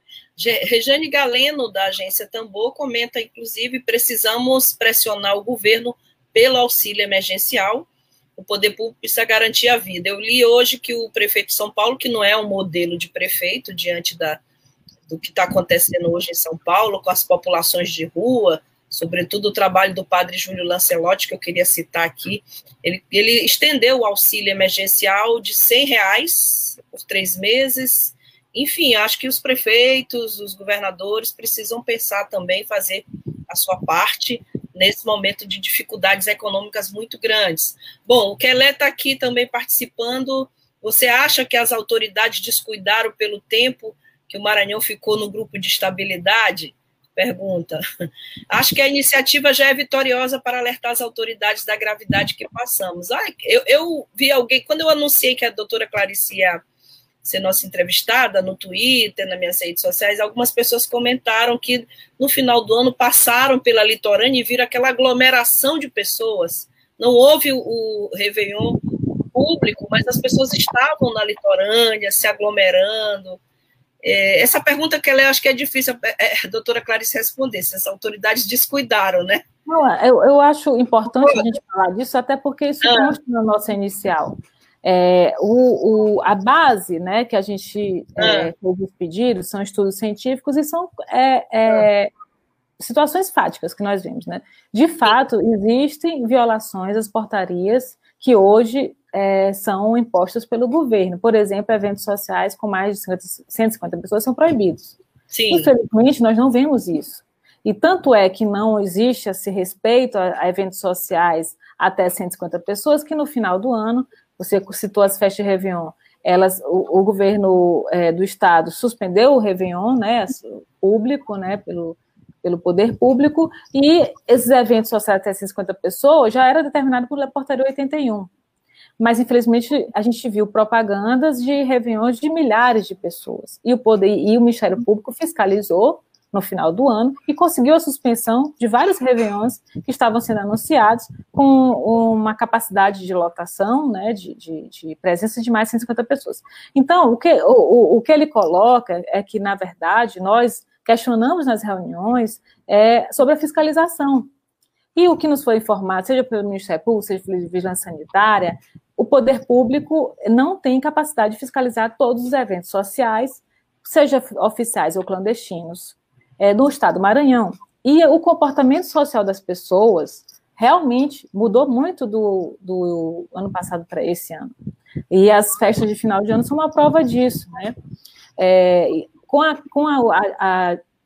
Regiane Galeno, da agência Tambor, comenta, inclusive, precisamos pressionar o governo pelo auxílio emergencial, o poder público precisa garantir a vida. Eu li hoje que o prefeito de São Paulo, que não é um modelo de prefeito diante da, do que está acontecendo hoje em São Paulo, com as populações de rua, sobretudo o trabalho do padre Júlio Lancelotti, que eu queria citar aqui, ele, ele estendeu o auxílio emergencial de cem reais por três meses. Enfim, acho que os prefeitos, os governadores precisam pensar também, fazer a sua parte nesse momento de dificuldades econômicas muito grandes. Bom, o Kelé está aqui também participando. Você acha que as autoridades descuidaram pelo tempo que o Maranhão ficou no grupo de estabilidade? Pergunta. Acho que a iniciativa já é vitoriosa para alertar as autoridades da gravidade que passamos. Ai, eu, eu vi alguém, quando eu anunciei que a doutora Clarice ia ser nossa entrevistada no Twitter, nas minhas redes sociais, algumas pessoas comentaram que no final do ano passaram pela litorânea e viram aquela aglomeração de pessoas. Não houve o, o Réveillon público, mas as pessoas estavam na litorânea, se aglomerando. É, essa pergunta que ela acho que é difícil a, a doutora Clarice responder, se as autoridades descuidaram, né? Não, eu, eu acho importante a gente falar disso, até porque isso ah. consta na nossa inicial. É, o, o, a base, né, que a gente é, fez os pedidos são estudos científicos e são é, é, situações fáticas que nós vemos, né? De fato, existem violações às portarias que hoje é, são impostas pelo governo. Por exemplo, eventos sociais com mais de cento e cinquenta pessoas são proibidos. Sim. Infelizmente, nós não vemos isso. E tanto é que não existe esse respeito a, a eventos sociais até cento e cinquenta pessoas, que no final do ano, você citou as festas de Réveillon, elas, o, o governo é, do estado suspendeu o Réveillon, né, público, né, pelo, pelo poder público, e esses eventos sociais até cento e cinquenta pessoas já era determinado pela portaria oitenta e um. Mas, infelizmente, a gente viu propagandas de Réveillons de milhares de pessoas, e o, poder, e o Ministério Público fiscalizou no final do ano, e conseguiu a suspensão de vários Réveillons que estavam sendo anunciados com uma capacidade de lotação, né, de, de, de presença de mais de cento e cinquenta pessoas. Então, o que, o, o que ele coloca é que, na verdade, nós questionamos nas reuniões é, sobre a fiscalização. E o que nos foi informado, seja pelo Ministério Público, seja pela Vigilância Sanitária, o poder público não tem capacidade de fiscalizar todos os eventos sociais, seja oficiais ou clandestinos, É, no estado do Maranhão. E o comportamento social das pessoas realmente mudou muito do, do ano passado para esse ano. E as festas de final de ano são uma prova disso, né? É, com a, com a, a,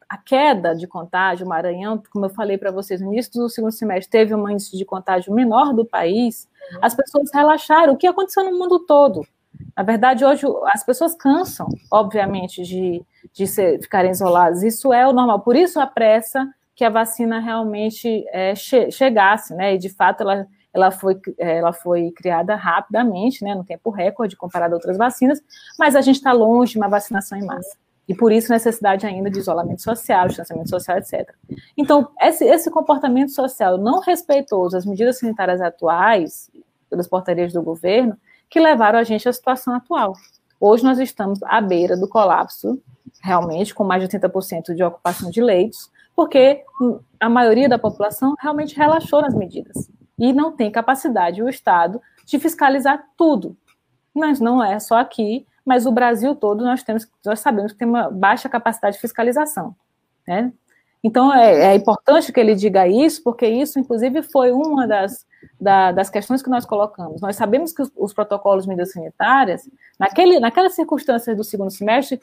a queda de contágio, o Maranhão, como eu falei para vocês, no início do segundo semestre teve um índice de contágio menor do país, as pessoas relaxaram, o que aconteceu no mundo todo. Na verdade, hoje as pessoas cansam, obviamente, de, de ser, ficarem isoladas, isso é o normal, por isso a pressa que a vacina realmente é, che, chegasse, né, e de fato ela, ela, foi, ela foi criada rapidamente, né, no tempo recorde comparado a outras vacinas, mas a gente está longe de uma vacinação em massa. E por isso necessidade ainda de isolamento social, distanciamento social, etcétera. Então, esse, esse comportamento social não respeitoso às medidas sanitárias atuais, pelas portarias do governo, que levaram a gente à situação atual. Hoje nós estamos à beira do colapso, realmente, com mais de oitenta por cento de ocupação de leitos, porque a maioria da população realmente relaxou nas medidas. E não tem capacidade, o Estado, de fiscalizar tudo. Mas não é só aqui, mas o Brasil todo nós temos, nós sabemos que tem uma baixa capacidade de fiscalização, né? Então é, é importante que ele diga isso, porque isso, inclusive, foi uma das, da, das questões que nós colocamos. Nós sabemos que os, os protocolos de medidas sanitárias, naquele, naquelas circunstâncias do segundo semestre,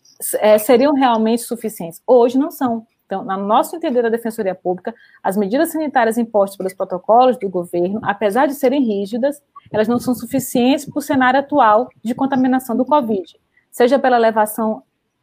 é, seriam realmente suficientes. Hoje não são. Então, no nosso entender da Defensoria Pública, as medidas sanitárias impostas pelos protocolos do governo, apesar de serem rígidas, elas não são suficientes para o cenário atual de contaminação do Covid, seja pela elevação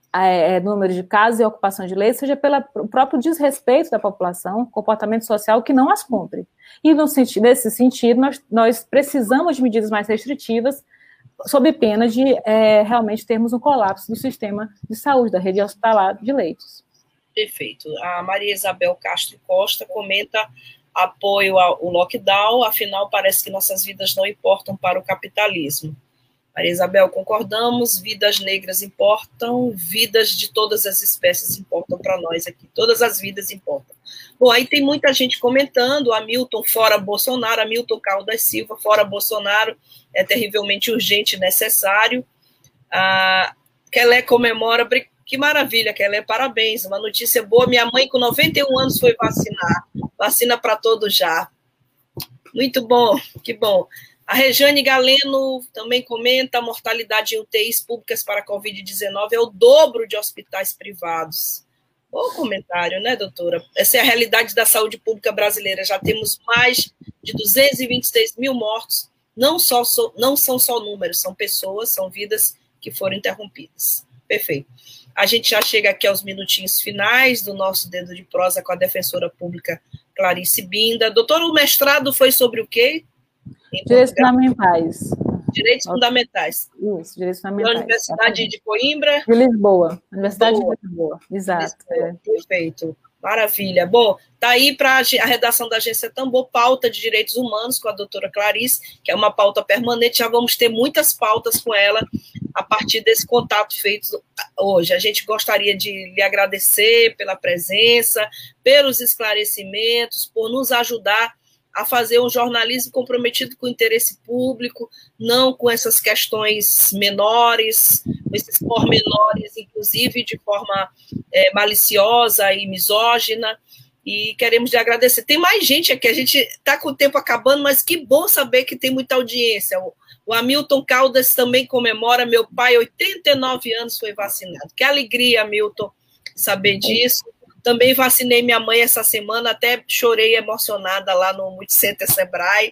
é, do número de casos e ocupação de leitos, seja pelo próprio desrespeito da população, comportamento social que não as cumpre. E no sentido, nesse sentido, nós, nós precisamos de medidas mais restritivas, sob pena de é, realmente termos um colapso do sistema de saúde, da rede hospitalar de leitos. Perfeito. A Maria Isabel Castro Costa comenta apoio ao lockdown, afinal parece que nossas vidas não importam para o capitalismo. Maria Isabel, concordamos, vidas negras importam, vidas de todas as espécies importam para nós aqui, todas as vidas importam. Bom, aí tem muita gente comentando, Hamilton fora Bolsonaro, Hamilton Caldas Silva fora Bolsonaro, é terrivelmente urgente e necessário. A Kelé comemora, que maravilha, Kelé, parabéns, uma notícia boa, minha mãe com noventa e um anos foi vacinar, vacina para todos já. Muito bom, que bom. A Rejane Galeno também comenta, a mortalidade em U T Is públicas para a covid dezenove é o dobro de hospitais privados. Bom comentário, né, doutora? Essa é a realidade da saúde pública brasileira. Já temos mais de duzentos e vinte e seis mil mortos. Não, só, não são só números, são pessoas, são vidas que foram interrompidas. Perfeito. A gente já chega aqui aos minutinhos finais do nosso Dedo de Prosa com a defensora pública Clarice Binda. Doutora, o mestrado foi sobre o quê? Direitos fundamentais. Direitos fundamentais. Isso, direitos fundamentais. Da Universidade é. de Coimbra? De Lisboa. Universidade Boa. de Lisboa, exato. Lisboa. É. Perfeito. Maravilha. Bom, tá aí para a redação da Agência Tambor, pauta de direitos humanos com a doutora Clarice, que é uma pauta permanente, já vamos ter muitas pautas com ela a partir desse contato feito hoje. A gente gostaria de lhe agradecer pela presença, pelos esclarecimentos, por nos ajudar a fazer um jornalismo comprometido com o interesse público, não com essas questões menores, com esses pormenores, inclusive de forma é, maliciosa e misógina, e queremos lhe agradecer. Tem mais gente aqui, a gente está com o tempo acabando, mas que bom saber que tem muita audiência. O, o Hamilton Caldas também comemora, meu pai, oitenta e nove anos, foi vacinado. Que alegria, Hamilton, saber disso. Também vacinei minha mãe essa semana, até chorei emocionada lá no Multicenter Sebrae.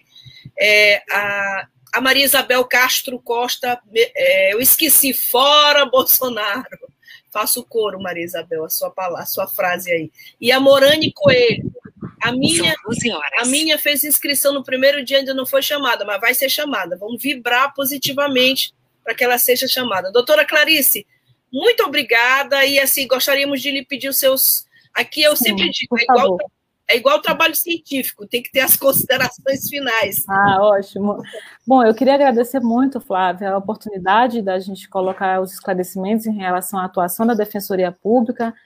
É, a, a Maria Isabel Castro Costa, é, eu esqueci, fora Bolsonaro. Faço o coro, Maria Isabel, a sua, palavra, a sua frase aí. E a Morane Coelho, a minha, a minha fez inscrição no primeiro dia, ainda não foi chamada, mas vai ser chamada. Vamos vibrar positivamente para que ela seja chamada. Doutora Clarice, muito obrigada, e assim, gostaríamos de lhe pedir os seus... Aqui eu Sim, sempre digo, é igual, é igual trabalho científico, tem que ter as considerações finais. Ah, ótimo. Bom, eu queria agradecer muito, Flávia, a oportunidade da gente colocar os esclarecimentos em relação à atuação da Defensoria Pública,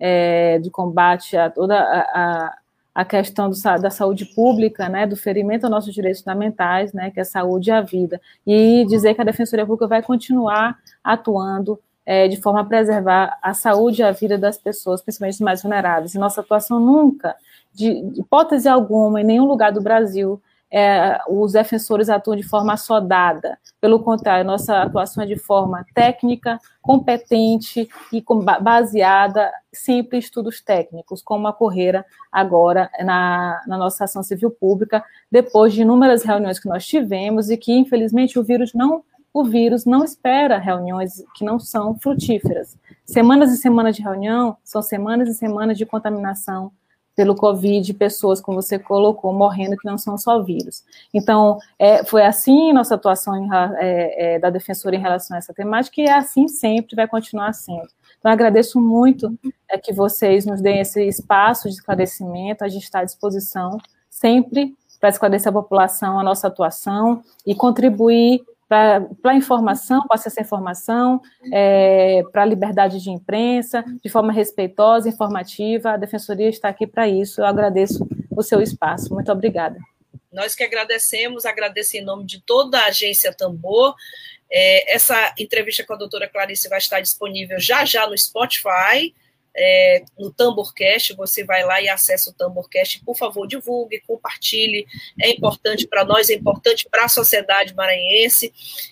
é, de combate a toda a, a, a questão do, da saúde pública, né, do ferimento aos nossos direitos fundamentais, né, que é a saúde e a vida, e dizer que a Defensoria Pública vai continuar atuando É, de forma a preservar a saúde e a vida das pessoas, principalmente os mais vulneráveis. E nossa atuação nunca, de, de hipótese alguma, em nenhum lugar do Brasil, é, os defensores atuam de forma assodada. Pelo contrário, nossa atuação é de forma técnica, competente e baseada sempre em estudos técnicos, como ocorrera agora na, na nossa ação civil pública, depois de inúmeras reuniões que nós tivemos e que, infelizmente, o vírus não, o vírus não espera reuniões que não são frutíferas. Semanas e semanas de reunião são semanas e semanas de contaminação pelo Covid, pessoas, como você colocou, morrendo, que não são só vírus. Então, é, foi assim nossa atuação em, é, é, da Defensoria em relação a essa temática, e é assim sempre, vai continuar sendo. Então, agradeço muito é, que vocês nos deem esse espaço de esclarecimento, a gente está à disposição sempre para esclarecer a população, a nossa atuação, e contribuir para a informação, para acesso à informação, é, para a liberdade de imprensa, de forma respeitosa, informativa. A Defensoria está aqui para isso. Eu agradeço o seu espaço. Muito obrigada. Nós que agradecemos, agradeço em nome de toda a Agência Tambor. É, essa entrevista com a doutora Clarice vai estar disponível já já no Spotify, É, no Tamborcast, você vai lá e acessa o Tamborcast, por favor, divulgue, compartilhe, é importante para nós, é importante para a sociedade maranhense,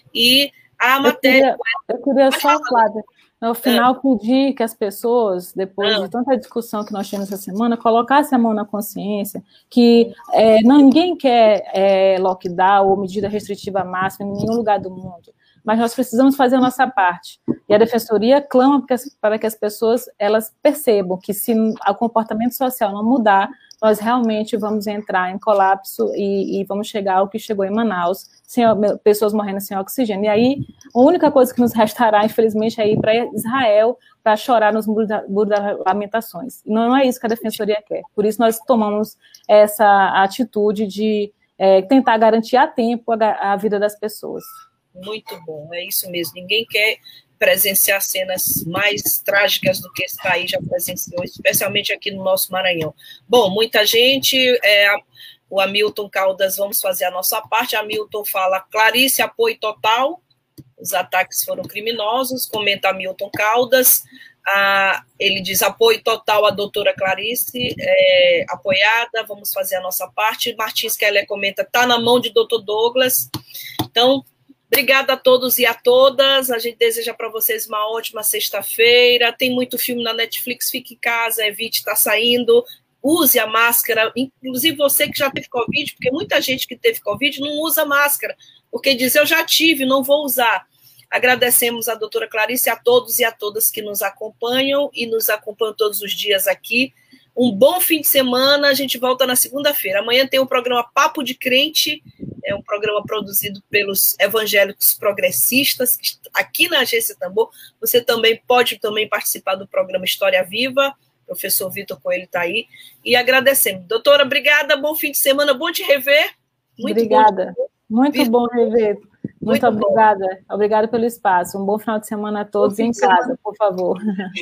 e a matéria... Eu queria, eu queria só, Flávia, no final, ah. pedir que as pessoas, depois ah. de tanta discussão que nós tivemos essa semana, colocassem a mão na consciência, que é, não, ninguém quer é, lockdown ou medida restritiva máxima em nenhum lugar do mundo, mas nós precisamos fazer a nossa parte. E a Defensoria clama para que as pessoas elas percebam que se o comportamento social não mudar, nós realmente vamos entrar em colapso e, e vamos chegar ao que chegou em Manaus, sem, pessoas morrendo sem oxigênio. E aí, a única coisa que nos restará, infelizmente, é ir para Israel para chorar nos muros das lamentações. E não é isso que a Defensoria quer. Por isso, nós tomamos essa atitude de é, tentar garantir a tempo a, a vida das pessoas. Muito bom, é isso mesmo. Ninguém quer presenciar cenas mais trágicas do que esse país já presenciou, especialmente aqui no nosso Maranhão. Bom, muita gente, é, o Hamilton Caldas, vamos fazer a nossa parte. Hamilton fala, Clarice, apoio total, os ataques foram criminosos, comenta Hamilton Caldas, ah, ele diz, apoio total à doutora Clarice, é, apoiada, vamos fazer a nossa parte. Martins Keller comenta, tá na mão de doutor Douglas. Então, obrigada a todos e a todas. A gente deseja para vocês uma ótima sexta-feira. Tem muito filme na Netflix, fique em casa, evite estar saindo, use a máscara, inclusive você que já teve Covid, porque muita gente que teve Covid não usa máscara, porque diz, eu já tive, não vou usar. Agradecemos a doutora Clarice, a todos e a todas que nos acompanham e nos acompanham todos os dias aqui. Um bom fim de semana, a gente volta na segunda-feira. Amanhã tem o programa Papo de Crente, é um programa produzido pelos evangélicos progressistas, aqui na Agência Tambor. Você também pode também participar do programa História Viva, o professor Vitor Coelho está aí, e agradecemos. Doutora, obrigada, bom fim de semana, bom te rever. Muito obrigada, bom. Muito Vitor. Bom rever. Muito, Muito obrigada. Bom. Obrigada pelo espaço. Um bom final de semana a todos em casa, semana. Por favor.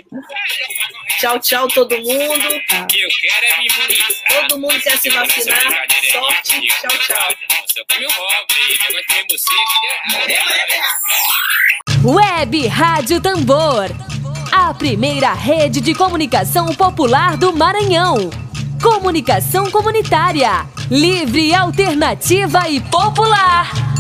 Tchau, tchau, todo mundo. Ah. Todo mundo quer se vacinar. Sorte. Tchau, tchau. Web Rádio Tambor. A primeira rede de comunicação popular do Maranhão. Comunicação comunitária. Livre, alternativa e popular.